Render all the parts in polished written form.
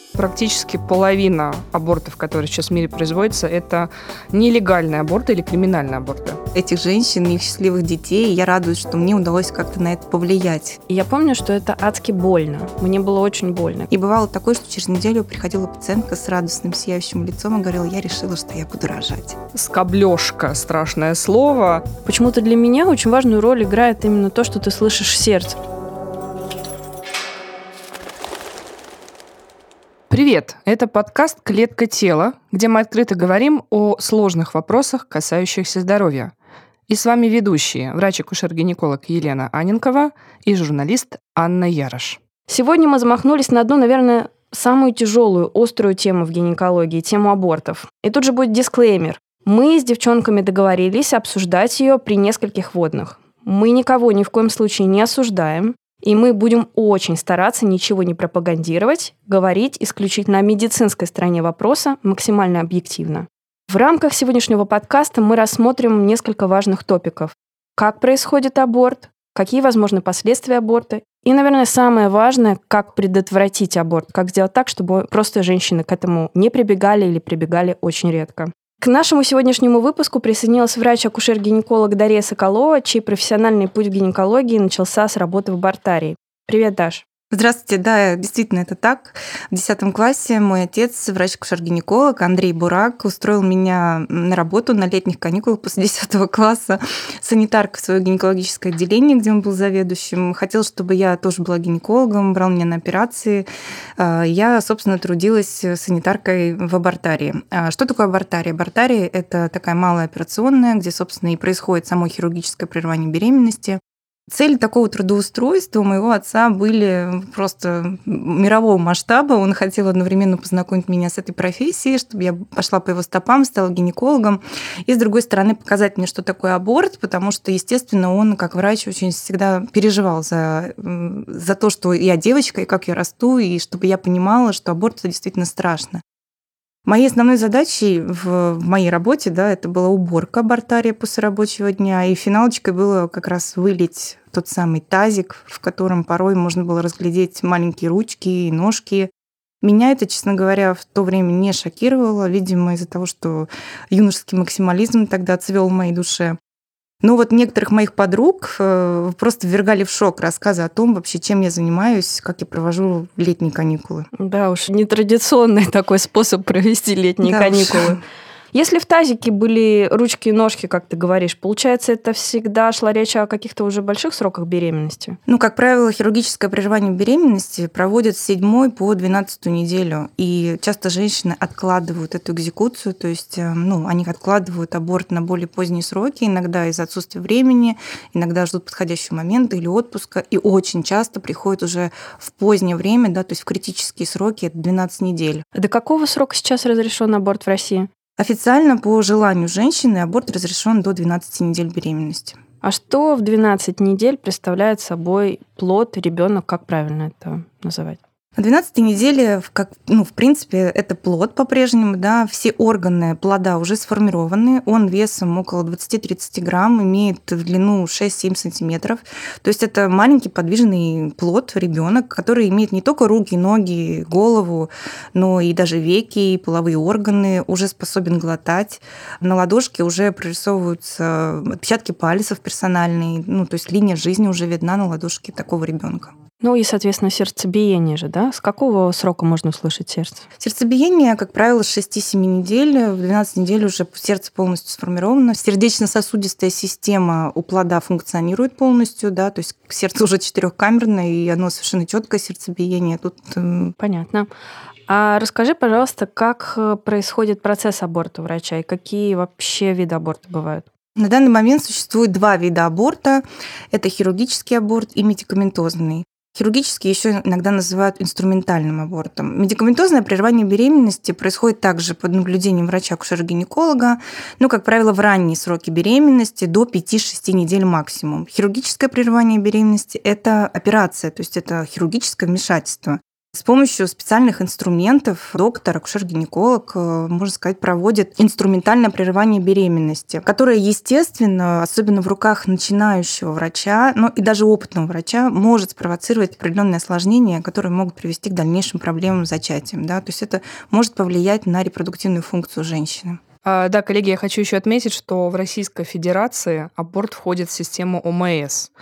Практически половина абортов, которые сейчас в мире производятся, это нелегальные аборты или криминальные аборты. Этих женщин и их счастливых детей, я радуюсь, что мне удалось как-то на это повлиять. И я помню, что это адски больно. Мне было очень больно. И бывало такое, что через неделю приходила пациентка с радостным, сияющим лицом и говорила: я решила, что я буду рожать. Скоблёжка – страшное слово. Почему-то для меня очень важную роль играет именно то, что ты слышишь сердце. Привет! Это подкаст «Клетка тела», где мы открыто говорим о сложных вопросах, касающихся здоровья. И с вами ведущие, врач-акушер-гинеколог Елена Анненкова и журналист Анна Ярош. Сегодня мы замахнулись на одну, наверное, самую тяжелую, острую тему в гинекологии – тему абортов. И тут же будет дисклеймер. Мы с девчонками договорились обсуждать ее при нескольких вводных. Мы никого ни в коем случае не осуждаем. И мы будем очень стараться ничего не пропагандировать, говорить исключительно о медицинской стороне вопроса максимально объективно. В рамках сегодняшнего подкаста мы рассмотрим несколько важных топиков. Как происходит аборт, какие возможны последствия аборта и, наверное, самое важное, как предотвратить аборт, как сделать так, чтобы просто женщины к этому не прибегали или прибегали очень редко. К нашему сегодняшнему выпуску присоединилась врач-акушер-гинеколог Дарья Соколова, чей профессиональный путь в гинекологии начался с работы в абортарии. Привет, Даш. Здравствуйте, да, действительно, это так. В 10 классе мой отец, врач-акушер-гинеколог Андрей Бурак, устроил меня на работу на летних каникулах после 10 класса санитаркой в свое гинекологическое отделение, где он был заведующим. Хотел, чтобы я тоже была гинекологом, брал меня на операции. Я, собственно, трудилась санитаркой в абортарии. Что такое абортария? Абортария – это такая малая операционная, где, собственно, и происходит само хирургическое прерывание беременности. Цели такого трудоустройства у моего отца были просто мирового масштаба. Он хотел одновременно познакомить меня с этой профессией, чтобы я пошла по его стопам, стала гинекологом. И, с другой стороны, показать мне, что такое аборт, потому что, естественно, он, как врач, очень всегда переживал за то, что я девочка, и как я расту, и чтобы я понимала, что аборт – это действительно страшно. Моей основной задачей в моей работе, да, это была уборка абортария после рабочего дня, и финалочкой было как раз вылить тот самый тазик, в котором порой можно было разглядеть маленькие ручки и ножки. Меня это, честно говоря, в то время не шокировало, видимо, из-за того, что юношеский максимализм тогда цвел в моей душе. Но вот некоторых моих подруг просто ввергали в шок рассказы о том, вообще, чем я занимаюсь, как я провожу летние каникулы. Да уж, нетрадиционный такой способ провести летние каникулы. Уж. Если в тазике были ручки и ножки, как ты говоришь, получается, это всегда шла речь о каких-то уже больших сроках беременности? Как правило, хирургическое прерывание беременности проводят с 7 по 12 неделю. И часто женщины откладывают эту экзекуцию, то есть они откладывают аборт на более поздние сроки, иногда из-за отсутствия времени, иногда ждут подходящего момента или отпуска, и очень часто приходят уже в позднее время, да, то есть в критические сроки, это 12 недель. До какого срока сейчас разрешен аборт в России? Официально, по желанию женщины, аборт разрешен до 12 недель беременности. А что в 12 недель представляет собой плод, ребенок, как правильно это называть? На 12-й неделе, в принципе, это плод по-прежнему, да, все органы плода уже сформированы, он весом около 20-30 грамм, имеет в длину 6-7 сантиметров, то есть это маленький подвижный плод, ребенок, который имеет не только руки, ноги, голову, но и даже веки, и половые органы, уже способен глотать. На ладошке уже прорисовываются отпечатки пальцев персональные, то есть линия жизни уже видна на ладошке такого ребенка. И, соответственно, сердцебиение же, да? С какого срока можно услышать сердце? Сердцебиение, как правило, с 6-7 недель. В 12 недель уже сердце полностью сформировано. Сердечно-сосудистая система у плода функционирует полностью, да, то есть сердце уже четырехкамерное, и оно совершенно четкое сердцебиение. Тут... Понятно. А расскажи, пожалуйста, как происходит процесс аборта у врача и какие вообще виды аборта бывают? На данный момент существует 2 вида аборта. Это хирургический аборт и медикаментозный. Хирургический еще иногда называют инструментальным абортом. Медикаментозное прерывание беременности происходит также под наблюдением врача-акушера-гинеколога, как правило, в ранние сроки беременности до 5-6 недель максимум. Хирургическое прерывание беременности – это операция, то есть это хирургическое вмешательство. С помощью специальных инструментов доктор, акушер-гинеколог, можно сказать, проводит инструментальное прерывание беременности, которое, естественно, особенно в руках начинающего врача, но и даже опытного врача, может спровоцировать определенные осложнения, которые могут привести к дальнейшим проблемам с зачатием. Да? То есть это может повлиять на репродуктивную функцию женщины. Да, коллеги, я хочу еще отметить, что в Российской Федерации аборт входит в систему ОМС.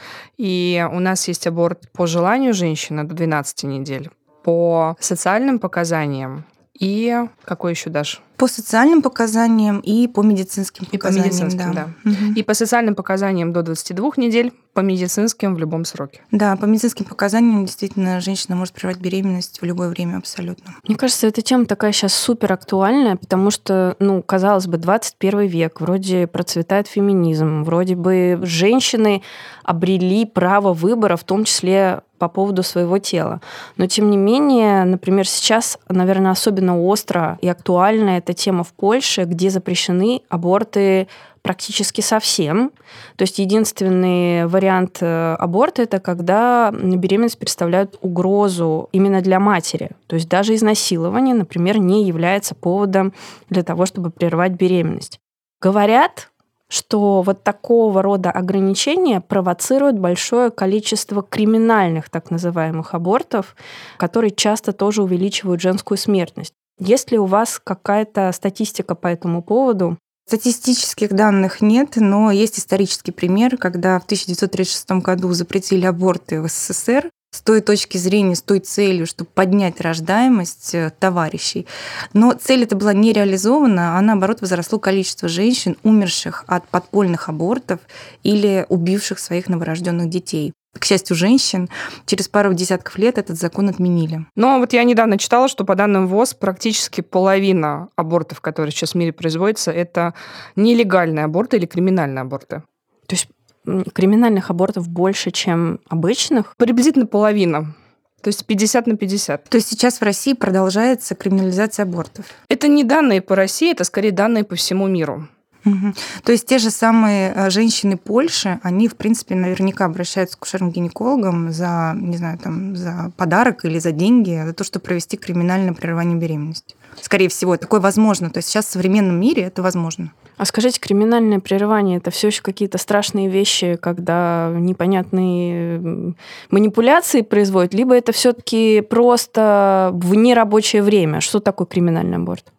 И у нас есть аборт по желанию женщины до 12 недель, по социальным показаниям и какой еще, Даш? По социальным показаниям и по медицинским показаниям. И по медицинским, да. И по социальным показаниям до 22 недель, по медицинским в любом сроке. Да, по медицинским показаниям действительно женщина может прервать беременность в любое время абсолютно. Мне кажется, эта тема такая сейчас супер актуальная, потому что, казалось бы, 21 век, вроде процветает феминизм, вроде бы женщины обрели право выбора, в том числе по поводу своего тела. Но, тем не менее, например, сейчас, наверное, особенно остро и актуальна эта тема в Польше, где запрещены аборты практически совсем. То есть единственный вариант аборта – это когда беременность представляет угрозу именно для матери. То есть даже изнасилование, например, не является поводом для того, чтобы прервать беременность. Говорят, что вот такого рода ограничения провоцируют большое количество криминальных так называемых абортов, которые часто тоже увеличивают женскую смертность. Есть ли у вас какая-то статистика по этому поводу? Статистических данных нет, но есть исторический пример, когда в 1936 году запретили аборты в СССР с той точки зрения, с той целью, чтобы поднять рождаемость товарищей. Но цель эта была не реализована, а наоборот возросло количество женщин, умерших от подпольных абортов или убивших своих новорожденных детей. К счастью, женщин через пару десятков лет этот закон отменили. Но вот я недавно читала, что по данным ВОЗ практически половина абортов, которые сейчас в мире производятся, это нелегальные аборты или криминальные аборты. То есть криминальных абортов больше, чем обычных? Приблизительно половина. То есть 50 на 50. То есть сейчас в России продолжается криминализация абортов? Это не данные по России, это скорее данные по всему миру. Угу. То есть те же самые женщины Польши, они, в принципе, наверняка обращаются к акушерам-гинекологам за, не знаю, за подарок или за деньги, за то, чтобы провести криминальное прерывание беременности. Скорее всего, такое возможно. То есть сейчас в современном мире это возможно. А скажите, криминальное прерывание – это все еще какие-то страшные вещи, когда непонятные манипуляции производят, либо это все-таки просто в нерабочее время? Что такое криминальный аборт?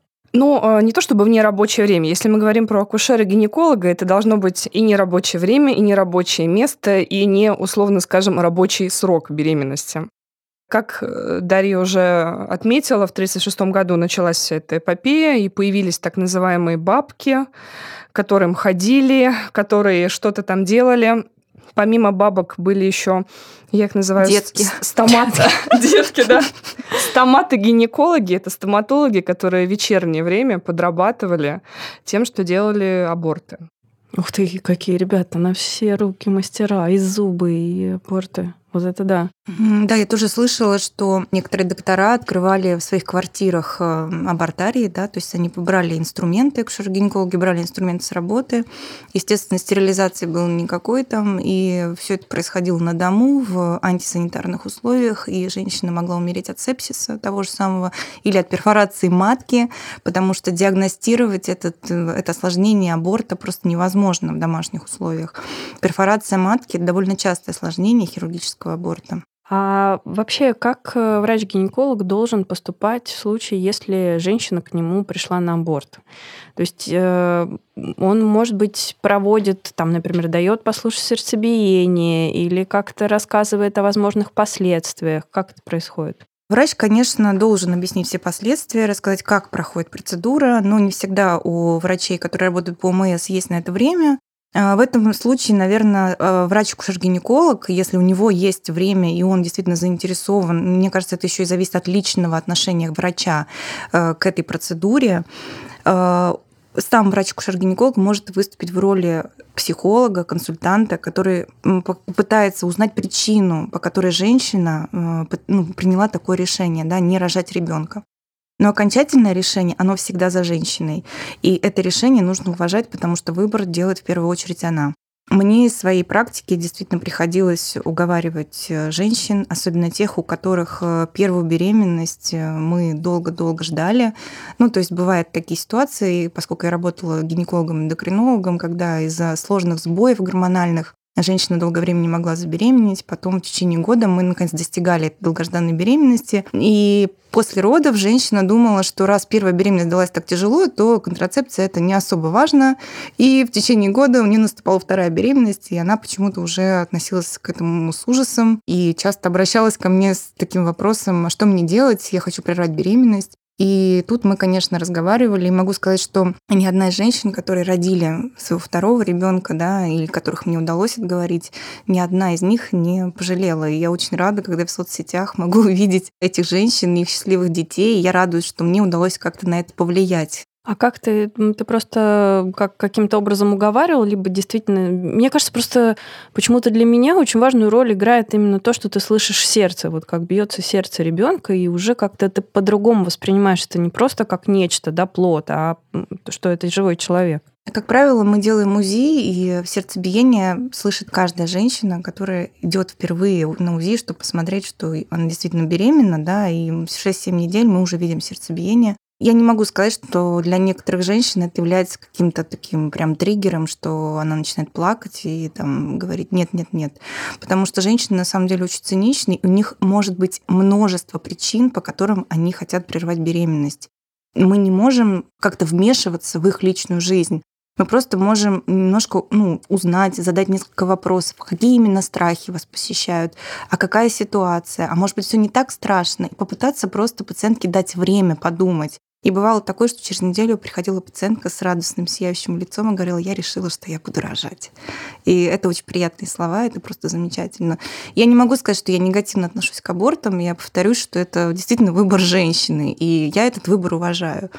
Не то чтобы в нерабочее время. Если мы говорим про акушера-гинеколога, это должно быть и нерабочее время, и нерабочее место, и не, условно скажем, рабочий срок беременности. Как Дарья уже отметила, в 1936 году началась вся эта эпопея, и появились так называемые бабки, к которым ходили, которые что-то там делали. Помимо бабок были еще, я их называю... Детки. Стоматы. Детки, да. Стоматы-гинекологи – это стоматологи, которые в вечернее время подрабатывали тем, что делали аборты. Ух ты, какие ребята, на все руки мастера, и зубы, и аборты. Вот это да. Да, я тоже слышала, что некоторые доктора открывали в своих квартирах абортарии, да, то есть они брали инструменты, акушер-гинекологи брали инструменты с работы. Естественно, стерилизации было никакой там, и все это происходило на дому в антисанитарных условиях, и женщина могла умереть от сепсиса того же самого или от перфорации матки, потому что диагностировать это осложнение аборта просто невозможно в домашних условиях. Перфорация матки – это довольно частое осложнение хирургического аборта. А вообще, как врач-гинеколог должен поступать в случае, если женщина к нему пришла на аборт? То есть он, может быть, проводит, например, дает послушать сердцебиение или как-то рассказывает о возможных последствиях. Как это происходит? Врач, конечно, должен объяснить все последствия, рассказать, как проходит процедура, но не всегда у врачей, которые работают по ОМС, есть на это время. В этом случае, наверное, врач-акушер-гинеколог, если у него есть время и он действительно заинтересован, мне кажется, это еще и зависит от личного отношения врача к этой процедуре, сам врач-акушер-гинеколог может выступить в роли психолога, консультанта, который пытается узнать причину, по которой женщина приняла такое решение, да, не рожать ребенка. Но окончательное решение, оно всегда за женщиной. И это решение нужно уважать, потому что выбор делает в первую очередь она. Мне из своей практики действительно приходилось уговаривать женщин, особенно тех, у которых первую беременность мы долго-долго ждали. Ну, то есть бывают такие ситуации, поскольку я работала гинекологом-эндокринологом, когда из-за сложных сбоев гормональных женщина долгое время не могла забеременеть. Потом в течение года мы, наконец, достигали этой долгожданной беременности. И после родов женщина думала, что раз первая беременность далась так тяжело, то контрацепция – это не особо важно. И в течение года у нее наступала вторая беременность, и она почему-то уже относилась к этому с ужасом и часто обращалась ко мне с таким вопросом: а что мне делать? Я хочу прервать беременность. И тут мы, конечно, разговаривали, и могу сказать, что ни одна из женщин, которые родили своего второго ребенка, да, или которых мне удалось отговорить, ни одна из них не пожалела. И я очень рада, когда в соцсетях могу увидеть этих женщин, их счастливых детей. И я радуюсь, что мне удалось как-то на это повлиять. А как ты просто каким-то образом уговаривал, либо действительно... Мне кажется, просто почему-то для меня очень важную роль играет именно то, что ты слышишь сердце, вот как бьется сердце ребенка, и уже как-то ты по-другому воспринимаешь это не просто как нечто, да, плод, а что это живой человек. Как правило, мы делаем УЗИ, и сердцебиение слышит каждая женщина, которая идет впервые на УЗИ, чтобы посмотреть, что она действительно беременна, да, и в 6-7 недель мы уже видим сердцебиение. Я не могу сказать, что для некоторых женщин это является каким-то таким прям триггером, что она начинает плакать и там говорить нет, нет, нет. Потому что женщины на самом деле очень циничны, и у них может быть множество причин, по которым они хотят прервать беременность. Мы не можем как-то вмешиваться в их личную жизнь. Мы просто можем немножко узнать, задать несколько вопросов, какие именно страхи вас посещают, а какая ситуация, а может быть, все не так страшно, и попытаться просто пациентке дать время подумать. И бывало такое, что через неделю приходила пациентка с радостным, сияющим лицом и говорила: я решила, что я буду рожать. И это очень приятные слова, это просто замечательно. Я не могу сказать, что я негативно отношусь к абортам, я повторюсь, что это действительно выбор женщины, и я этот выбор уважаю.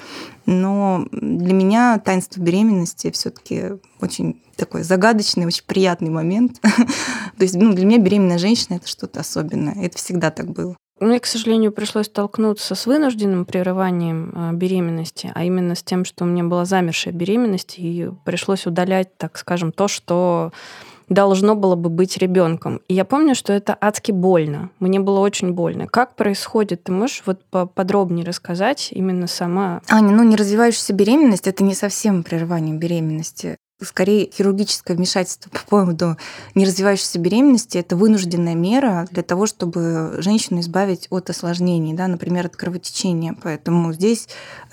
Но для меня таинство беременности все-таки очень такой загадочный, очень приятный момент. То есть для меня беременная женщина – это что-то особенное. Это всегда так было. Мне, к сожалению, пришлось столкнуться с вынужденным прерыванием беременности, а именно с тем, что у меня была замершая беременность, и пришлось удалять, так скажем, то, что должно было бы быть ребенком. И я помню, что это адски больно. Мне было очень больно. Как происходит? Ты можешь вот поподробнее рассказать именно сама? Аня, неразвивающаяся беременность – это не совсем прерывание беременности. Скорее, хирургическое вмешательство по поводу неразвивающейся беременности – это вынужденная мера для того, чтобы женщину избавить от осложнений, да, например, от кровотечения. Поэтому здесь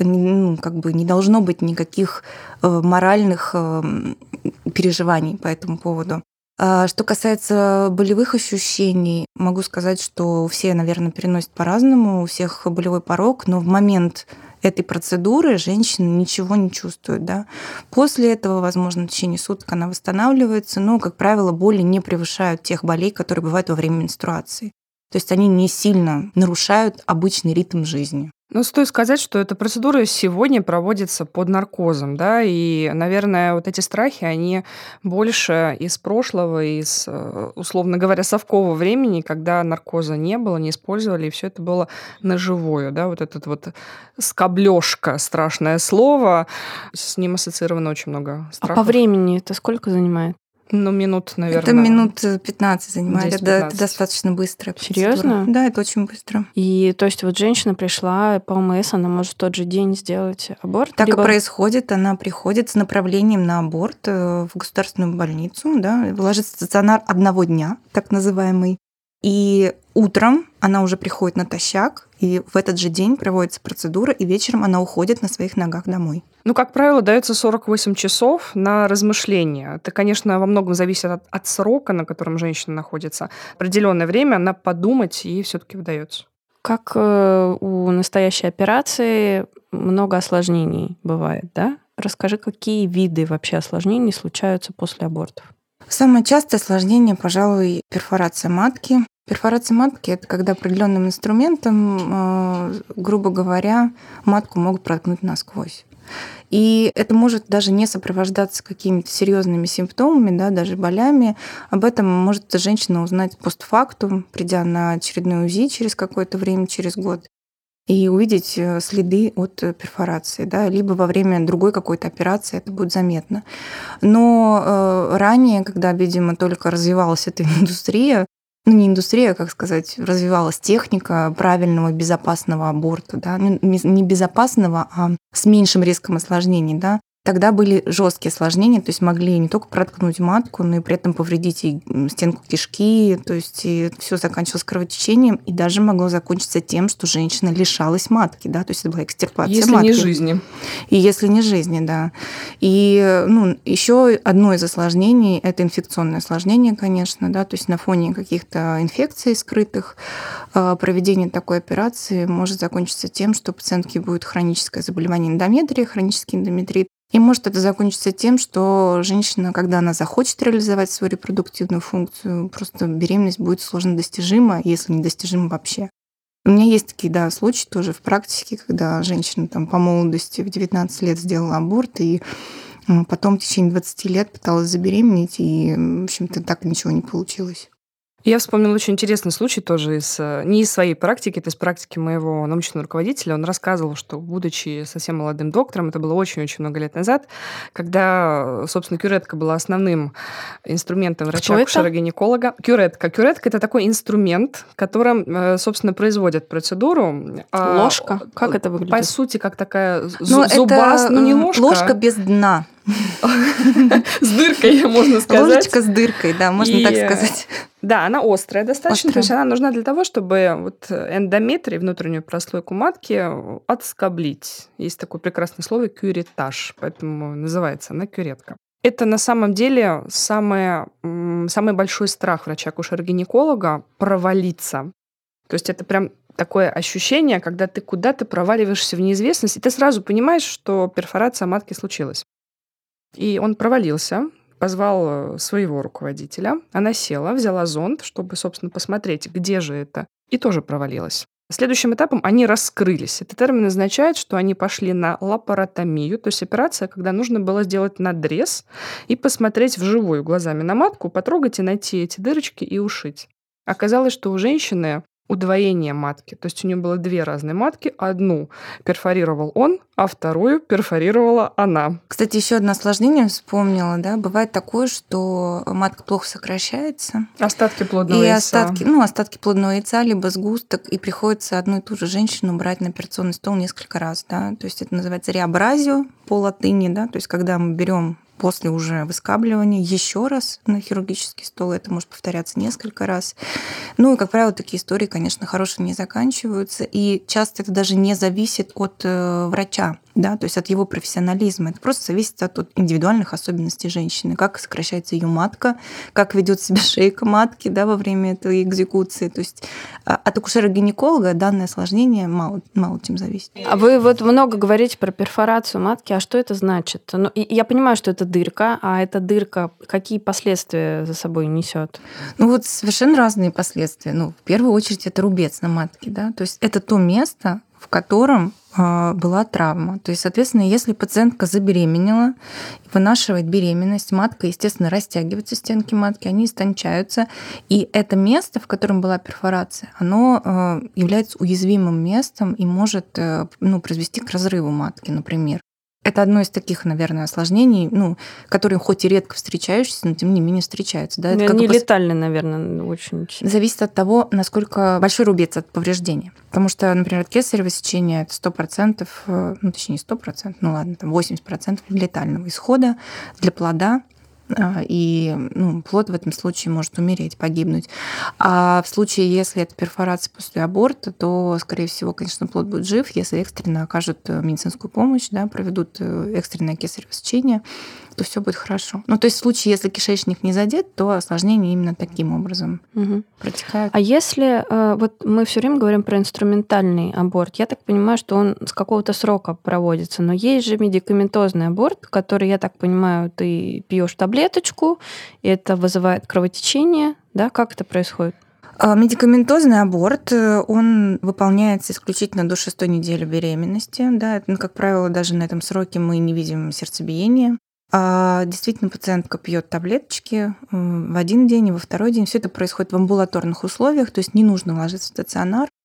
не должно быть никаких моральных переживаний по этому поводу. Что касается болевых ощущений, могу сказать, что все, наверное, переносят по-разному, у всех болевой порог, но в момент этой процедуры женщина ничего не чувствует. Да? После этого, возможно, в течение суток она восстанавливается, но, как правило, боли не превышают тех болей, которые бывают во время менструации. То есть они не сильно нарушают обычный ритм жизни. Стоит сказать, что эта процедура сегодня проводится под наркозом, да, и, наверное, вот эти страхи, они больше из прошлого, из, условно говоря, совкового времени, когда наркоза не было, не использовали, и все это было наживую, да, вот этот вот скоблёжка, страшное слово, с ним ассоциировано очень много страхов. А по времени это сколько занимает? Минут, наверное. Это минут 15 занимает. 10-15. Это достаточно быстрая процедура. Серьезно? Да, это очень быстро. И то есть вот женщина пришла по ОМС, она может в тот же день сделать аборт? Так и происходит. Она приходит с направлением на аборт в государственную больницу, да, ложится в стационар одного дня, так называемый. И утром она уже приходит натощак, и в этот же день проводится процедура, и вечером она уходит на своих ногах домой. Как правило, дается 48 часов на размышление. Это, конечно, во многом зависит от срока, на котором женщина находится. Определенное время она подумать и все-таки выдается. Как у настоящей операции много осложнений бывает, да? Расскажи, какие виды вообще осложнений случаются после абортов? Самое частое осложнение, пожалуй, перфорация матки. Перфорация матки – это когда определенным инструментом, грубо говоря, матку могут проткнуть насквозь. И это может даже не сопровождаться какими-то серьезными симптомами, да, даже болями. Об этом может женщина узнать постфактум, придя на очередной УЗИ через какое-то время, через год. и увидеть следы от перфорации, да, либо во время другой какой-то операции это будет заметно. Но ранее, когда, видимо, только развивалась эта индустрия, ну, не индустрия, как сказать, развивалась техника правильного, безопасного аборта, да, не безопасного, а с меньшим риском осложнений, да, тогда были жесткие осложнения, то есть могли не только проткнуть матку, но и при этом повредить и стенку кишки, то есть все заканчивалось кровотечением, и даже могло закончиться тем, что женщина лишалась матки, да, то есть это была экстирпация если матки. Если не жизни. И если не жизни, да. И еще одно из осложнений – это инфекционное осложнение, конечно, да, то есть на фоне каких-то инфекций скрытых проведение такой операции может закончиться тем, что у пациентки будет хроническое заболевание эндометрия, хронический эндометрит. И может это закончиться тем, что женщина, когда она захочет реализовать свою репродуктивную функцию, просто беременность будет сложно достижима, если не достижима вообще. У меня есть такие, да, случаи тоже в практике, когда женщина там по молодости в 19 лет сделала аборт, и потом в течение 20 лет пыталась забеременеть, и, в общем-то, так ничего не получилось. Я вспомнила очень интересный случай тоже не из своей практики, это из практики моего научного руководителя. Он рассказывал, что, будучи совсем молодым доктором, это было очень-очень много лет назад, когда, собственно, кюретка была основным инструментом врача-акушера-гинеколога. Кюретка. Кюретка – это такой инструмент, которым, собственно, производят процедуру. Ложка? Как это выглядит? По сути, как такая зубастая, ну не ложка. Ложка без дна. С дыркой, можно сказать. Ложечка с дыркой, да, можно так сказать. Да, она острая достаточно, то есть она нужна для того, чтобы вот эндометрий, внутреннюю прослойку матки, отскоблить. Есть такое прекрасное слово кюретаж, поэтому называется она кюретка. Это на самом деле самый большой страх врача-акушера-гинеколога – провалиться. То есть это прям такое ощущение, когда ты куда-то проваливаешься в неизвестность, и ты сразу понимаешь, что перфорация матки случилась. И он провалился, позвал своего руководителя. Она села, взяла зонд, чтобы, собственно, посмотреть, где же это, и тоже провалилась. Следующим этапом они раскрылись. Этот термин означает, что они пошли на лапаротомию, то есть операция, когда нужно было сделать надрез и посмотреть вживую глазами на матку, потрогать и найти эти дырочки и ушить. Оказалось, что у женщины удвоение матки. То есть у нее было две разные матки. Одну перфорировал он, а вторую перфорировала она. Кстати, еще одно осложнение вспомнила, да, бывает такое, что матка плохо сокращается. Остатки плодного яйца. Остатки плодного яйца, либо сгусток, и приходится одну и ту же женщину брать на операционный стол несколько раз, да. То есть это называется реабразио по латыни, да, то есть когда мы берем после уже выскабливания еще раз на хирургический стол. Это может повторяться несколько раз. Ну и, как правило, такие истории, конечно, хорошие не заканчиваются. И часто это даже не зависит от врача, да, то есть от его профессионализма. Это просто зависит от индивидуальных особенностей женщины. Как сокращается ее матка, как ведет себя шейка матки, да, во время этой экзекуции. То есть от акушера-гинеколога данное осложнение мало чем зависит. А вы вот много говорите про перфорацию матки. А что это значит? Ну, я понимаю, что это дырка, а эта дырка какие последствия за собой несет? Ну вот совершенно разные последствия. Ну, в первую очередь это рубец на матке, да, то есть это то место, в котором была травма. То есть, соответственно, если пациентка забеременела, вынашивает беременность, матка, естественно, растягивается, стенки матки, они истончаются, и это место, в котором была перфорация, оно является уязвимым местом и может произвести к разрыву матки, например. Это одно из таких, наверное, осложнений, которые хоть и редко встречающиеся, но тем не менее встречаются. Да? Это не летально, наверное, очень. Зависит от того, насколько большой рубец от повреждения. Потому что, например, от кесарево сечения это 100%, точнее 100%, 80% летального исхода для плода. И плод в этом случае может умереть, погибнуть. А в случае, если это перфорация после аборта, то, скорее всего, конечно, плод будет жив, если экстренно окажут медицинскую помощь, да, проведут экстренное кесарево сечение, то все будет хорошо. То есть в случае, если кишечник не задет, то осложнения именно таким образом протекают. А если вот мы все время говорим про инструментальный аборт, я так понимаю, что он с какого-то срока проводится, но есть же медикаментозный аборт, который, я так понимаю, ты пьешь таблеточку, и это вызывает кровотечение, да? Как это происходит? Медикаментозный аборт, он выполняется исключительно до 6-й недели беременности. Да, как правило, даже на этом сроке мы не видим сердцебиения. Действительно, пациентка пьет таблеточки в один день и во второй день. Все это происходит в амбулаторных условиях, то есть не нужно ложиться в стационар.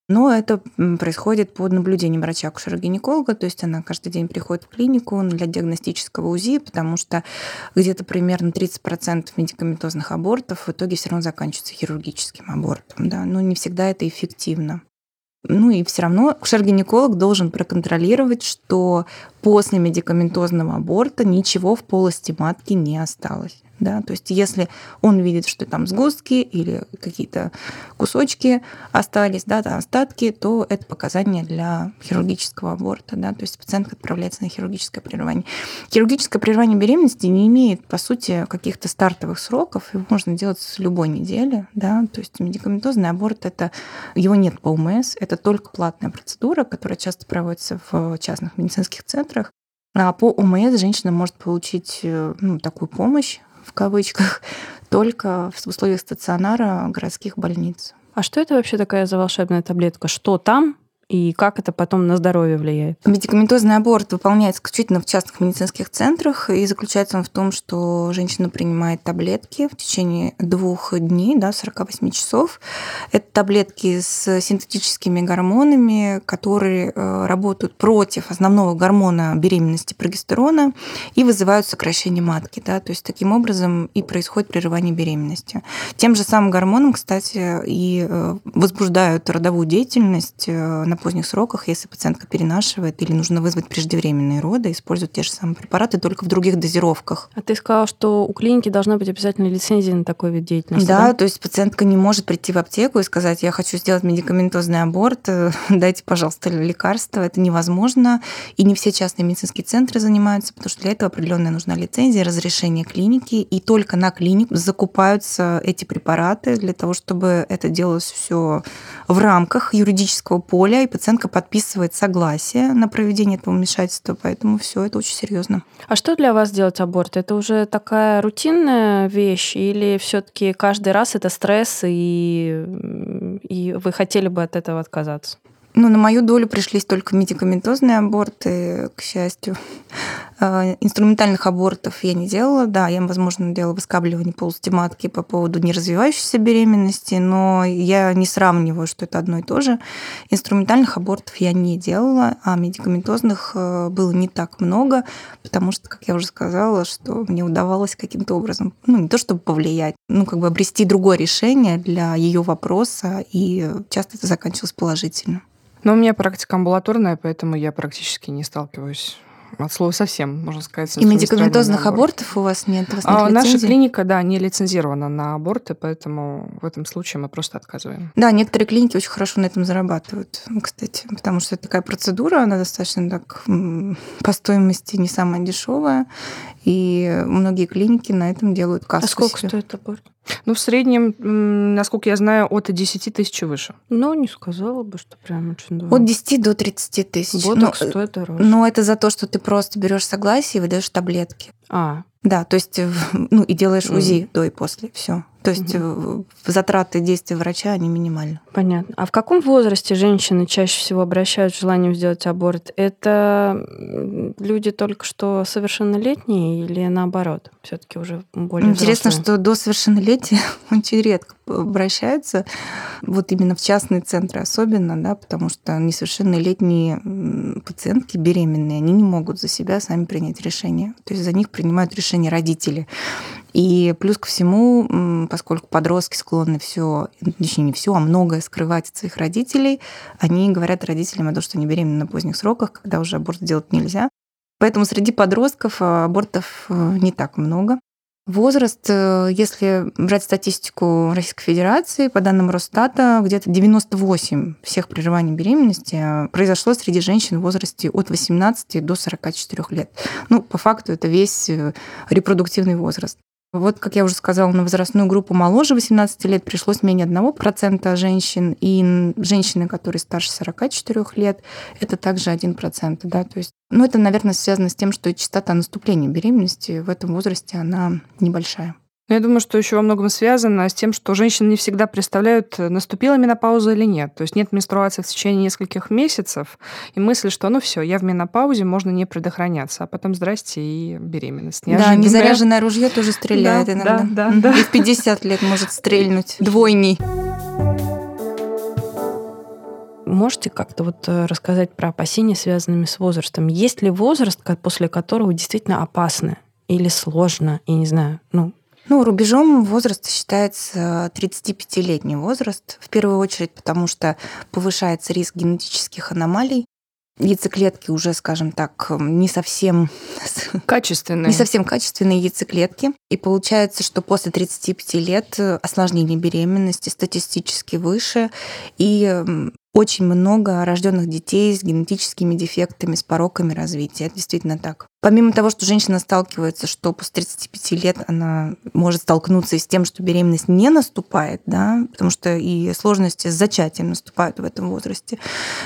Но это происходит под наблюдением врача-акушера-гинеколога, то есть она каждый день приходит в клинику для диагностического УЗИ, потому что где-то примерно 30% медикаментозных абортов в итоге все равно заканчиваются хирургическим абортом, да, но не всегда это эффективно. Ну и все равно акушер-гинеколог должен проконтролировать, что после медикаментозного аборта ничего в полости матки не осталось. Да? То есть если он видит, что там сгустки или какие-то кусочки остались, да, там остатки, то это показание для хирургического аборта. Да? То есть пациентка отправляется на хирургическое прерывание. Хирургическое прерывание беременности не имеет, по сути, каких-то стартовых сроков. Его можно делать с любой недели. Да? То есть медикаментозный аборт, его нет по ОМС, это только платная процедура, которая часто проводится в частных медицинских центрах. А по ОМС женщина может получить такую помощь, в кавычках, только в условиях стационара городских больниц. А что это вообще такая за волшебная таблетка? Что там? И как это потом на здоровье влияет? Медикаментозный аборт выполняется исключительно в частных медицинских центрах, и заключается он в том, что женщина принимает таблетки в течение 2 дней, 48 часов. Это таблетки с синтетическими гормонами, которые работают против основного гормона беременности прогестерона и вызывают сокращение матки. Да? То есть таким образом и происходит прерывание беременности. Тем же самым гормоном, кстати, и возбуждают родовую деятельность на поздних сроках, если пациентка перенашивает или нужно вызвать преждевременные роды, используют те же самые препараты, только в других дозировках. А ты сказала, что у клиники должна быть обязательно лицензия на такой вид деятельности, да? То есть пациентка не может прийти в аптеку и сказать: я хочу сделать медикаментозный аборт, дайте, пожалуйста, лекарства. Это невозможно. И не все частные медицинские центры занимаются, потому что для этого определенная нужна лицензия, разрешение клиники, и только на клинику закупаются эти препараты для того, чтобы это делалось все в рамках юридического поля, и пациентка подписывает согласие на проведение этого вмешательства, поэтому все это очень серьезно. А что для вас делать аборт? Это уже такая рутинная вещь, или все-таки каждый раз это стресс, и вы хотели бы от этого отказаться? На мою долю пришлись только медикаментозные аборты, к счастью. Инструментальных абортов я не делала. Да, я, возможно, делала выскабливание полости матки по поводу неразвивающейся беременности, но я не сравниваю, что это одно и то же. Инструментальных абортов я не делала, а медикаментозных было не так много, потому что, как я уже сказала, что мне удавалось каким-то образом, не то чтобы повлиять, обрести другое решение для ее вопроса, и часто это заканчивалось положительно. Но у меня практика амбулаторная, поэтому я практически не сталкиваюсь от слова совсем, можно сказать. И медикаментозных абортов у вас нет? У вас нет наша клиника, да, не лицензирована на аборты, поэтому в этом случае мы просто отказываем. Да, некоторые клиники очень хорошо на этом зарабатывают, кстати, потому что это такая процедура, она достаточно так по стоимости не самая дешевая, и многие клиники на этом делают кассу. А сколько стоит аборт? В среднем, насколько я знаю, от 10 тысяч и выше. Не сказала бы, что прям очень дорого. От 10 до 30 тысяч. Ботокс стоит дороже. Но это за то, что ты просто берешь согласие и выдаешь таблетки. Да, то есть, и делаешь УЗИ до и после, все. То есть затраты действия врача, они минимальны. Понятно. А в каком возрасте женщины чаще всего обращаются с желанием сделать аборт? Это люди только что совершеннолетние или наоборот? Все-таки уже более Интересно, взрослые? что до совершеннолетия очень редко обращаются, вот именно в частные центры особенно, да, потому что несовершеннолетние пациентки беременные, они не могут за себя сами принять решение. То есть за них принимают решение родители. И плюс ко всему, поскольку подростки склонны не все, а многое скрывать от своих родителей, они говорят родителям о том, что они беременны на поздних сроках, когда уже аборт делать нельзя. Поэтому среди подростков абортов не так много. Возраст, если брать статистику Российской Федерации, по данным Росстата, где-то 98% всех прерываний беременности произошло среди женщин в возрасте от 18 до 44 лет. По факту это весь репродуктивный возраст. Вот, как я уже сказала, на возрастную группу моложе 18 лет пришлось менее 1% женщин, и женщины, которые старше 44 лет, это также 1%. Да? То есть, это, наверное, связано с тем, что частота наступления беременности в этом возрасте, она небольшая. Я думаю, что еще во многом связано с тем, что женщины не всегда представляют, наступила менопауза или нет. То есть нет менструации в течение нескольких месяцев, и мысль, что все, я в менопаузе, можно не предохраняться, а потом здрасте и беременность. Да, незаряженное ружье тоже стреляет иногда. Да. И в 50 лет может стрельнуть двойней. можете как-то рассказать про опасения, связанные с возрастом? Есть ли возраст, после которого действительно опасно или сложно? Я не знаю, рубежом возраста считается 35-летний возраст, в первую очередь, потому что повышается риск генетических аномалий. Яйцеклетки уже, скажем так, не совсем качественные яйцеклетки. И получается, что после 35 лет осложнение беременности статистически выше, и очень много рожденных детей с генетическими дефектами, с пороками развития. Это действительно так. Помимо того, что женщина сталкивается, что после 35 лет она может столкнуться и с тем, что беременность не наступает, да, потому что и сложности с зачатием наступают в этом возрасте,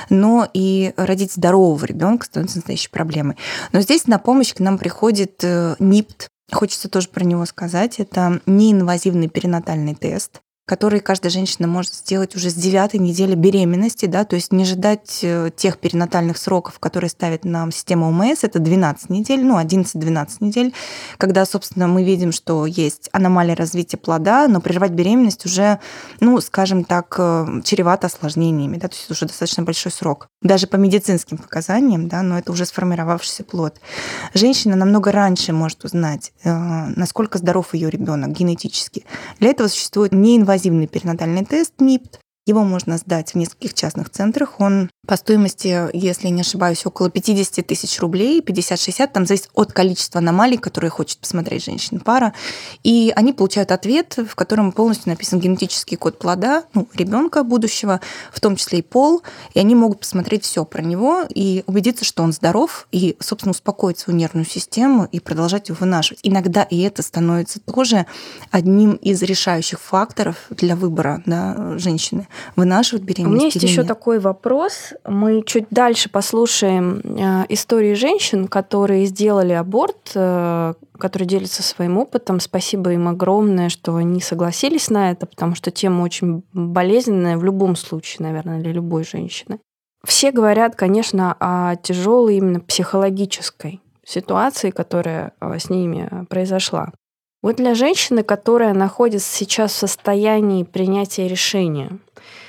но и родить здорового ребенка становится настоящей проблемой. Но здесь на помощь к нам приходит НИПТ. Хочется тоже про него сказать. Это неинвазивный перинатальный тест, который каждая женщина может сделать уже с 9-й недели беременности, да, то есть не ждать тех перинатальных сроков, которые ставит нам система ОМС, это 12 недель, 11-12 недель, когда, собственно, мы видим, что есть аномалия развития плода, но прервать беременность уже, скажем так, чревато осложнениями, да, то есть это уже достаточно большой срок. Даже по медицинским показаниям, да, но это уже сформировавшийся плод. Женщина намного раньше может узнать, насколько здоров ее ребенок генетически. Для этого существует неинвазивный перинатальный тест НИПТ. Его можно сдать в нескольких частных центрах. Он по стоимости, если не ошибаюсь, около 50 тысяч рублей, 50-60, там зависит от количества аномалий, которые хочет посмотреть женщина-пара. И они получают ответ, в котором полностью написан генетический код плода, ребенка будущего, в том числе и пол. И они могут посмотреть все про него и убедиться, что он здоров, и, собственно, успокоить свою нервную систему и продолжать его вынашивать. Иногда и это становится тоже одним из решающих факторов для выбора, да, женщины. Вынашивать беременность. У меня есть еще такой вопрос. Мы чуть дальше послушаем истории женщин, которые сделали аборт, которые делятся своим опытом. Спасибо им огромное, что они согласились на это, потому что тема очень болезненная в любом случае, наверное, для любой женщины. Все говорят, конечно, о тяжелой именно психологической ситуации, которая с ними произошла. Вот для женщины, которая находится сейчас в состоянии принятия решения,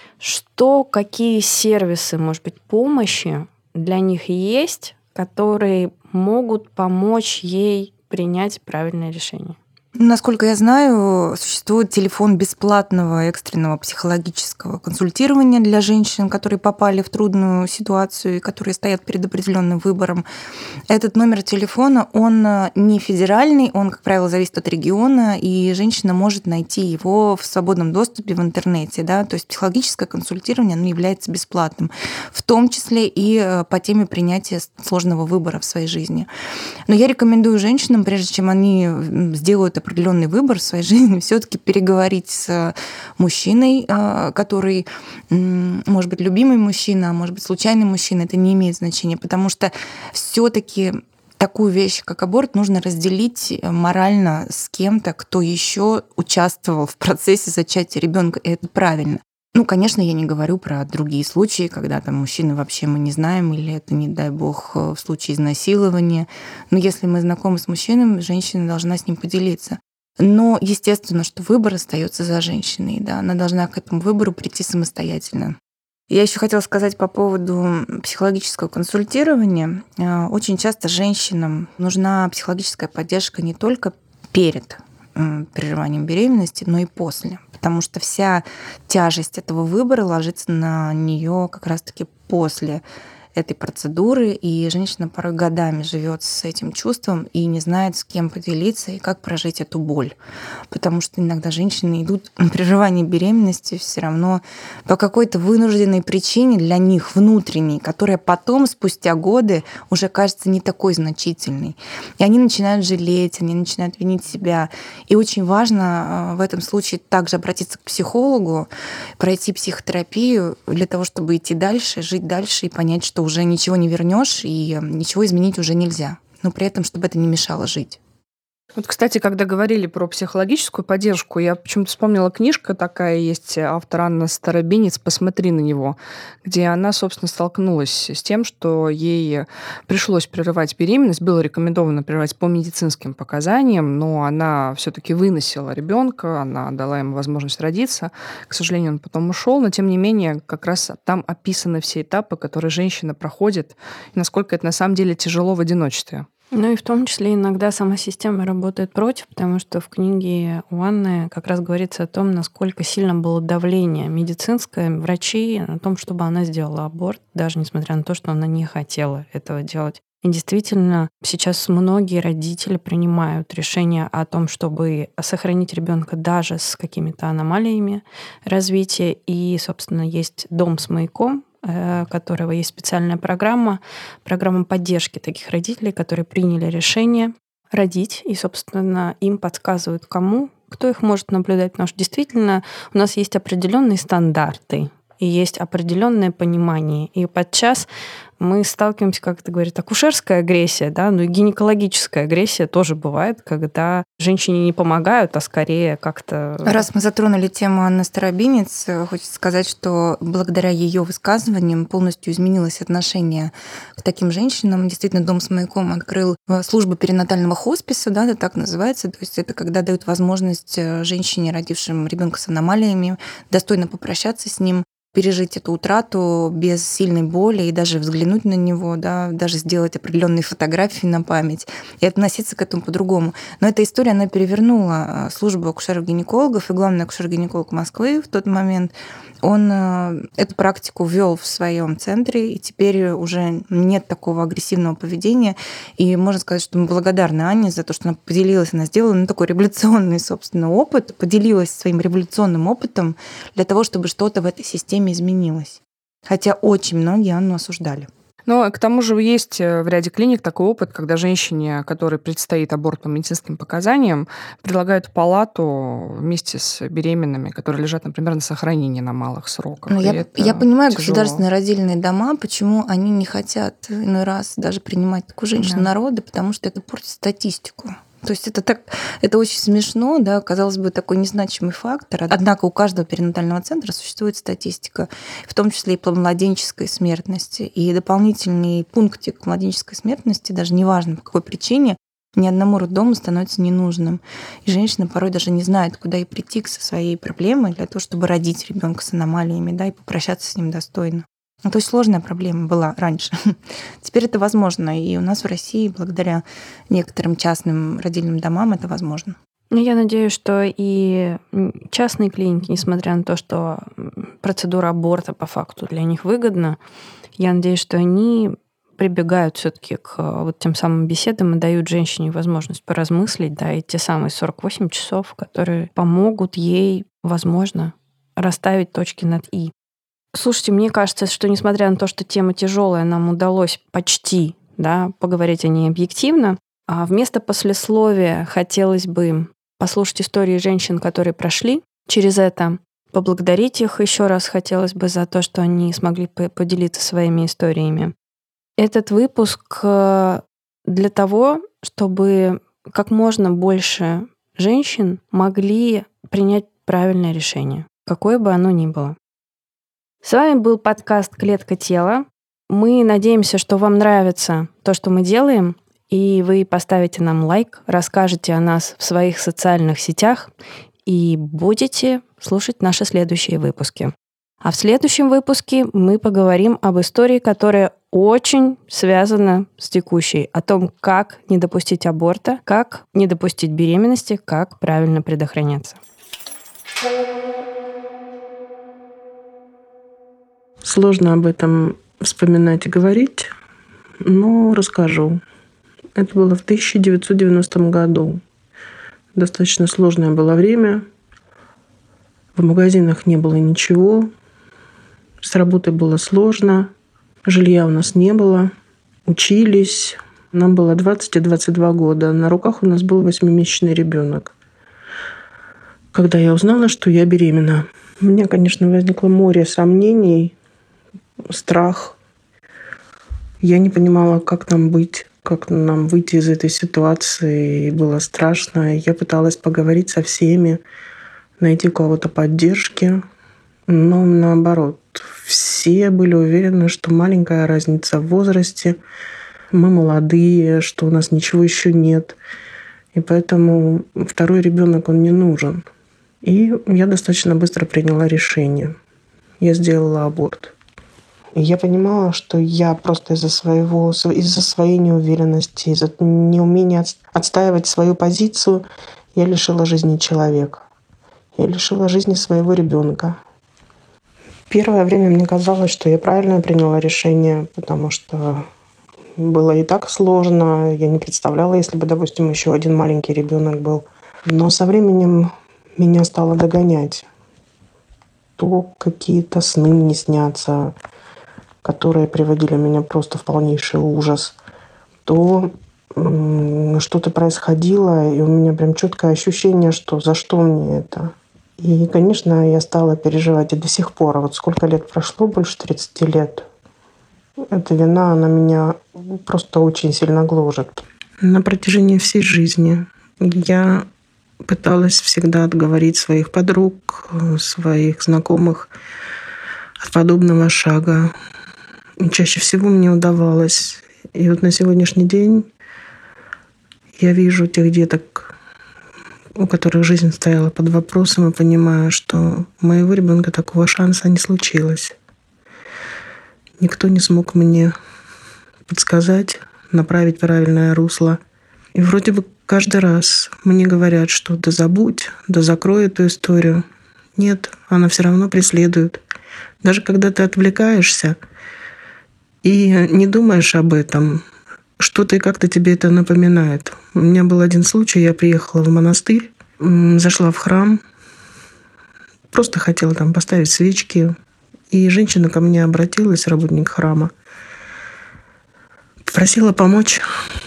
какие сервисы, может быть, помощи для них есть, которые могут помочь ей принять правильное решение? Насколько я знаю, существует телефон бесплатного экстренного психологического консультирования для женщин, которые попали в трудную ситуацию и которые стоят перед определенным выбором. Этот номер телефона, он не федеральный, он, как правило, зависит от региона, и женщина может найти его в свободном доступе в интернете. Да? То есть психологическое консультирование оно является бесплатным, в том числе и по теме принятия сложного выбора в своей жизни. Но я рекомендую женщинам, прежде чем они сделают определенный выбор в своей жизни, все-таки переговорить с мужчиной, который, может быть, любимый мужчина, а может быть, случайный мужчина, это не имеет значения, потому что все-таки такую вещь, как аборт, нужно разделить морально с кем-то, кто еще участвовал в процессе зачатия ребенка, и это правильно. Конечно, я не говорю про другие случаи, когда там мужчины вообще мы не знаем, или это, не дай бог, в случае изнасилования. Но если мы знакомы с мужчиной, женщина должна с ним поделиться. Но естественно, что выбор остается за женщиной, да, она должна к этому выбору прийти самостоятельно. Я еще хотела сказать по поводу психологического консультирования. Очень часто женщинам нужна психологическая поддержка не только перед прерыванием беременности, но и после. Потому что вся тяжесть этого выбора ложится на нее как раз-таки после этой процедуры, и женщина порой годами живет с этим чувством и не знает, с кем поделиться и как прожить эту боль. Потому что иногда женщины идут на прерывание беременности все равно по какой-то вынужденной причине для них внутренней, которая потом, спустя годы, уже кажется не такой значительной. И они начинают жалеть, они начинают винить себя. И очень важно в этом случае также обратиться к психологу, пройти психотерапию для того, чтобы идти дальше, жить дальше и понять, что уже ничего не вернешь и ничего изменить уже нельзя. Но при этом, чтобы это не мешало жить. Вот, кстати, когда говорили про психологическую поддержку, я почему-то вспомнила, книжка такая есть, автор Анна Старобинец «Посмотри на него», где она, собственно, столкнулась с тем, что ей пришлось прерывать беременность, было рекомендовано прерывать по медицинским показаниям, но она все-таки выносила ребенка, она дала ему возможность родиться. К сожалению, он потом ушел, но тем не менее, как раз там описаны все этапы, которые женщина проходит, и насколько это на самом деле тяжело в одиночестве. Ну и в том числе иногда сама система работает против, потому что в книге у Анны как раз говорится о том, насколько сильно было давление медицинское, врачей на том, чтобы она сделала аборт, даже несмотря на то, что она не хотела этого делать. И действительно, сейчас многие родители принимают решение о том, чтобы сохранить ребенка даже с какими-то аномалиями развития. И, собственно, есть дом с маяком, у которого есть специальная программа поддержки таких родителей, которые приняли решение родить, и, собственно, им подсказывают, кто их может наблюдать, потому что действительно у нас есть определенные стандарты и есть определенное понимание. И подчас мы сталкиваемся, как это говорит, акушерская агрессия, да, но и гинекологическая агрессия тоже бывает, когда женщине не помогают, а скорее как-то... Раз мы затронули тему Анны Старобинец, хочется сказать, что благодаря ее высказываниям полностью изменилось отношение к таким женщинам. Действительно, дом с маяком открыл службу перинатального хосписа, да, это так называется. То есть это когда дают возможность женщине, родившим ребенка с аномалиями, достойно попрощаться с ним, пережить эту утрату без сильной боли и даже взглянуть на него, да, даже сделать определенные фотографии на память и относиться к этому по-другому. Но эта история, она перевернула службу акушеров-гинекологов, и главный акушер-гинеколог Москвы в тот момент, он эту практику ввел в своем центре, и теперь уже нет такого агрессивного поведения. И можно сказать, что мы благодарны Анне за то, что она поделилась, она сделала такой революционный, собственно, опыт, поделилась своим революционным опытом для того, чтобы что-то в этой системе изменилось. Хотя очень многие Анну осуждали. Но к тому же есть в ряде клиник такой опыт, когда женщине, которой предстоит аборт по медицинским показаниям, предлагают палату вместе с беременными, которые лежат, например, на сохранении на малых сроках. Я понимаю тяжело. Государственные родильные дома, почему они не хотят иной раз даже принимать такую женщину на роды, потому что это портит статистику. То есть это очень смешно, да, казалось бы, такой незначимый фактор. Однако у каждого перинатального центра существует статистика, в том числе и по младенческой смертности. И дополнительный пунктик младенческой смертности, даже неважно по какой причине, ни одному роддому становится ненужным. И женщина порой даже не знает, куда ей прийти со своей проблемой для того, чтобы родить ребенка с аномалиями, да, и попрощаться с ним достойно. То есть сложная проблема была раньше. Теперь это возможно. И у нас в России, благодаря некоторым частным родильным домам, это возможно. Я надеюсь, что и частные клиники, несмотря на то, что процедура аборта по факту для них выгодна, я надеюсь, что они прибегают все-таки к вот тем самым беседам и дают женщине возможность поразмыслить, да, и те самые 48 часов, которые помогут ей, возможно, расставить точки над «и». Слушайте, мне кажется, что несмотря на то, что тема тяжелая, нам удалось почти, да, поговорить о ней объективно. А вместо послесловия хотелось бы послушать истории женщин, которые прошли через это, поблагодарить их еще раз хотелось бы за то, что они смогли поделиться своими историями. Этот выпуск для того, чтобы как можно больше женщин могли принять правильное решение, какое бы оно ни было. С вами был подкаст «Клетка тела». Мы надеемся, что вам нравится то, что мы делаем, и вы поставите нам лайк, расскажете о нас в своих социальных сетях и будете слушать наши следующие выпуски. А в следующем выпуске мы поговорим об истории, которая очень связана с текущей, о том, как не допустить аборта, как не допустить беременности, как правильно предохраняться. Сложно об этом вспоминать и говорить, но расскажу. Это было в 1990 году. Достаточно сложное было время. В магазинах не было ничего. С работой было сложно. Жилья у нас не было. Учились. Нам было 20 и 22 года. На руках у нас был 8-месячный ребенок. Когда я узнала, что я беременна, у меня, конечно, возникло море сомнений, страх. Я не понимала, как нам быть. как нам выйти из этой ситуации. И было страшно. Я пыталась поговорить со всеми, найти у кого-то поддержки. Но наоборот, все были уверены, что маленькая разница в возрасте, мы молодые, что у нас ничего еще нет. И поэтому второй ребенок, он не нужен. И я достаточно быстро приняла решение. Я сделала аборт. И я понимала, что я просто из-за своей неуверенности, из-за неумения отстаивать свою позицию, я лишила жизни человека. Я лишила жизни своего ребенка. Первое время мне казалось, что я правильно приняла решение, потому что было и так сложно. Я не представляла, если бы, допустим, еще один маленький ребенок был. Но со временем меня стало догонять. То какие-то сны мне снятся, которые приводили меня просто в полнейший ужас. То что-то происходило, и у меня прям четкое ощущение, что за что мне это. И, конечно, я стала переживать и до сих пор. Вот сколько лет прошло, больше 30 лет. Эта вина, она меня просто очень сильно гложет. На протяжении всей жизни я пыталась всегда отговорить своих подруг, своих знакомых от подобного шага. И чаще всего мне удавалось. И вот на сегодняшний день я вижу тех деток, у которых жизнь стояла под вопросом, и понимаю, что у моего ребенка такого шанса не случилось. Никто не смог мне подсказать, направить правильное русло. И вроде бы каждый раз мне говорят, что да забудь, да закрой эту историю. Нет, она все равно преследует. Даже когда ты отвлекаешься и не думаешь об этом, что-то и как-то тебе это напоминает. У меня был один случай, я приехала в монастырь, зашла в храм, просто хотела там поставить свечки. И женщина ко мне обратилась, работник храма, попросила помочь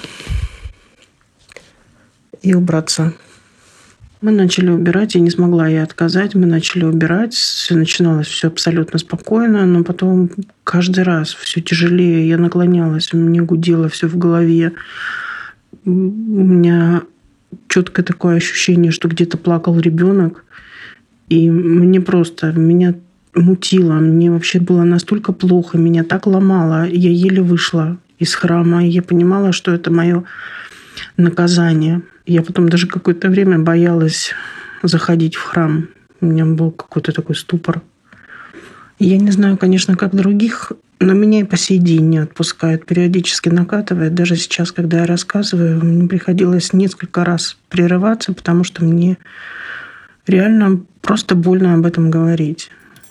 и убраться. Мы начали убирать, я не смогла ей отказать. Мы начали убирать, начиналось все абсолютно спокойно, но потом каждый раз все тяжелее. Я наклонялась, у меня гудело все в голове. У меня четкое такое ощущение, что где-то плакал ребенок. И меня мутило, мне вообще было настолько плохо, меня так ломало. Я еле вышла из храма, и я понимала, что это мое наказание. Я потом даже какое-то время боялась заходить в храм. У меня был какой-то такой ступор. Я не знаю, конечно, как других, но меня и по сей день не отпускает. Периодически накатывает. Даже сейчас, когда я рассказываю, мне приходилось несколько раз прерываться, потому что мне реально просто больно об этом говорить.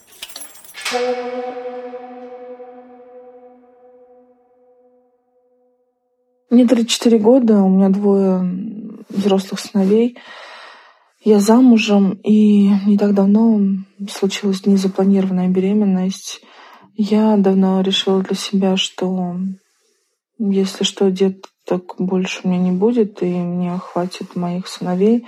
Мне 34 года, у меня 2 взрослых сыновей. Я замужем, и не так давно случилась незапланированная беременность. Я давно решила для себя, что если что, деток больше у меня не будет, и мне хватит моих сыновей.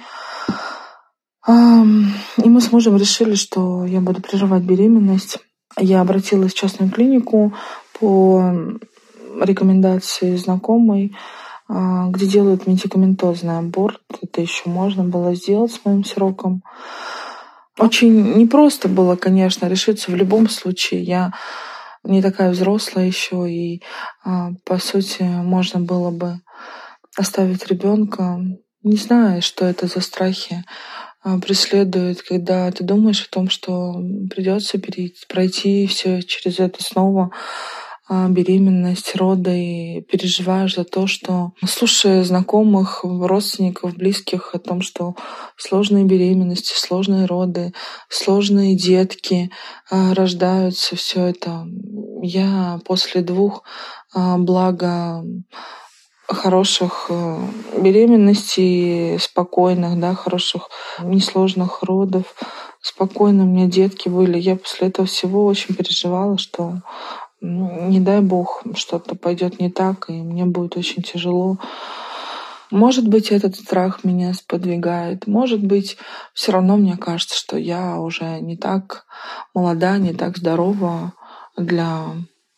И мы с мужем решили, что я буду прерывать беременность. Я обратилась в частную клинику по рекомендации знакомой, где делают медикаментозный аборт. Это еще можно было сделать с моим сроком. Очень непросто было, конечно, решиться в любом случае. Я не такая взрослая еще, и, по сути, можно было бы оставить ребенка, не зная, что это за страхи преследует, когда ты думаешь о том, что придется пройти все через это снова, беременность, роды, и переживаешь за то, что, слушая знакомых, родственников, близких о том, что сложные беременности, сложные роды, сложные детки рождаются, все это. Я после 2 благо хороших беременностей, спокойных, да, хороших, несложных родов, спокойно у меня детки были. Я после этого всего очень переживала, что не дай бог, что-то пойдет не так, и мне будет очень тяжело. Может быть, этот страх меня сподвигает. Может быть, все равно мне кажется, что я уже не так молода, не так здорова для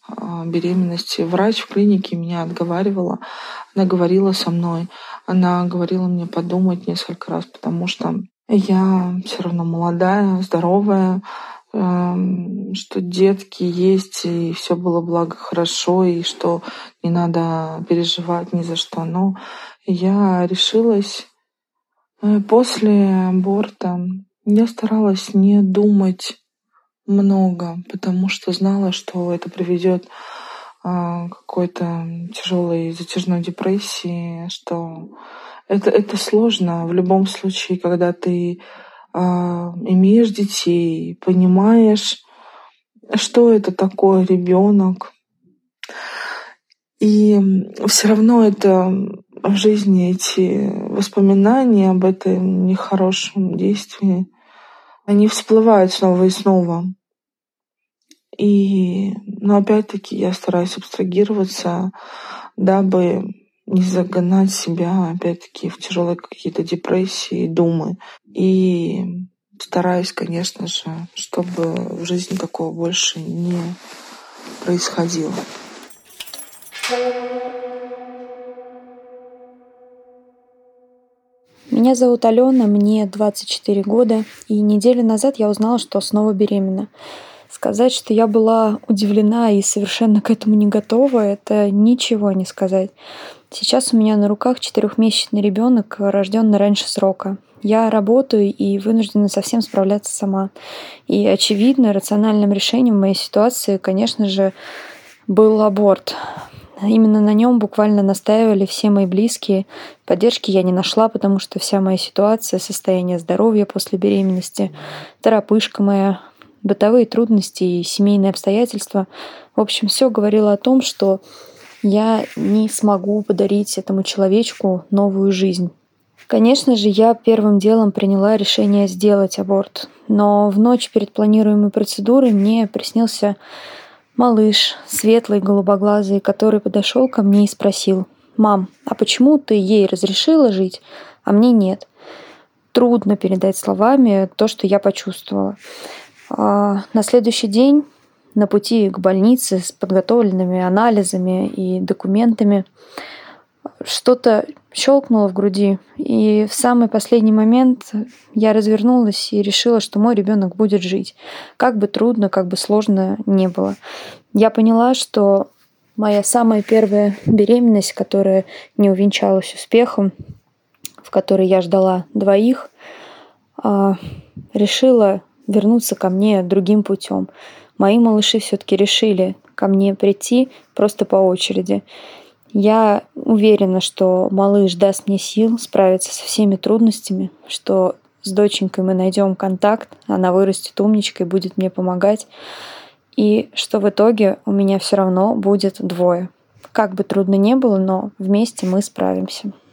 беременности. Врач в клинике меня отговаривала. Она говорила со мной. Она говорила мне подумать несколько раз, потому что я все равно молодая, здоровая, что детки есть, и все было благо хорошо, и что не надо переживать ни за что. Но я решилась после аборта. Я старалась не думать много, потому что знала, что это приведет к какой-то тяжелой затяжной депрессии, что это сложно в любом случае, когда ты имеешь детей, понимаешь, что это такое ребенок. И все равно это в жизни эти воспоминания об этом нехорошем действии, они всплывают снова и снова. Но опять-таки я стараюсь абстрагироваться, дабы не загонать себя опять-таки в тяжелые какие-то депрессии, думы. И стараюсь, конечно же, чтобы в жизни такого больше не происходило. Меня зовут Алена, мне 24 года, и неделю назад я узнала, что снова беременна. Сказать, что я была удивлена и совершенно к этому не готова, это ничего не сказать. Сейчас у меня на руках 4-месячный ребенок, рожденный раньше срока. Я работаю и вынуждена совсем справляться сама. И, очевидно, рациональным решением в моей ситуации, конечно же, был аборт. Именно на нем буквально настаивали все мои близкие. Поддержки я не нашла, потому что вся моя ситуация, состояние здоровья после беременности, торопышка моя, бытовые трудности и семейные обстоятельства. В общем, все говорило о том, что я не смогу подарить этому человечку новую жизнь. Конечно же, я первым делом приняла решение сделать аборт. Но в ночь перед планируемой процедурой мне приснился малыш, светлый, голубоглазый, который подошел ко мне и спросил: «Мам, а почему ты ей разрешила жить, а мне нет?» Трудно передать словами то, что я почувствовала. На следующий день на пути к больнице с подготовленными анализами и документами что-то щелкнуло в груди, и в самый последний момент я развернулась и решила, что мой ребенок будет жить. Как бы трудно, как бы сложно не было. Я поняла, что моя самая первая беременность, которая не увенчалась успехом, в которой я ждала 2, решила вернуться ко мне другим путем. Мои малыши все-таки решили ко мне прийти просто по очереди. Я уверена, что малыш даст мне сил справиться со всеми трудностями, что с доченькой мы найдем контакт, она вырастет умничкой, будет мне помогать, и что в итоге у меня все равно будет 2. Как бы трудно ни было, но вместе мы справимся.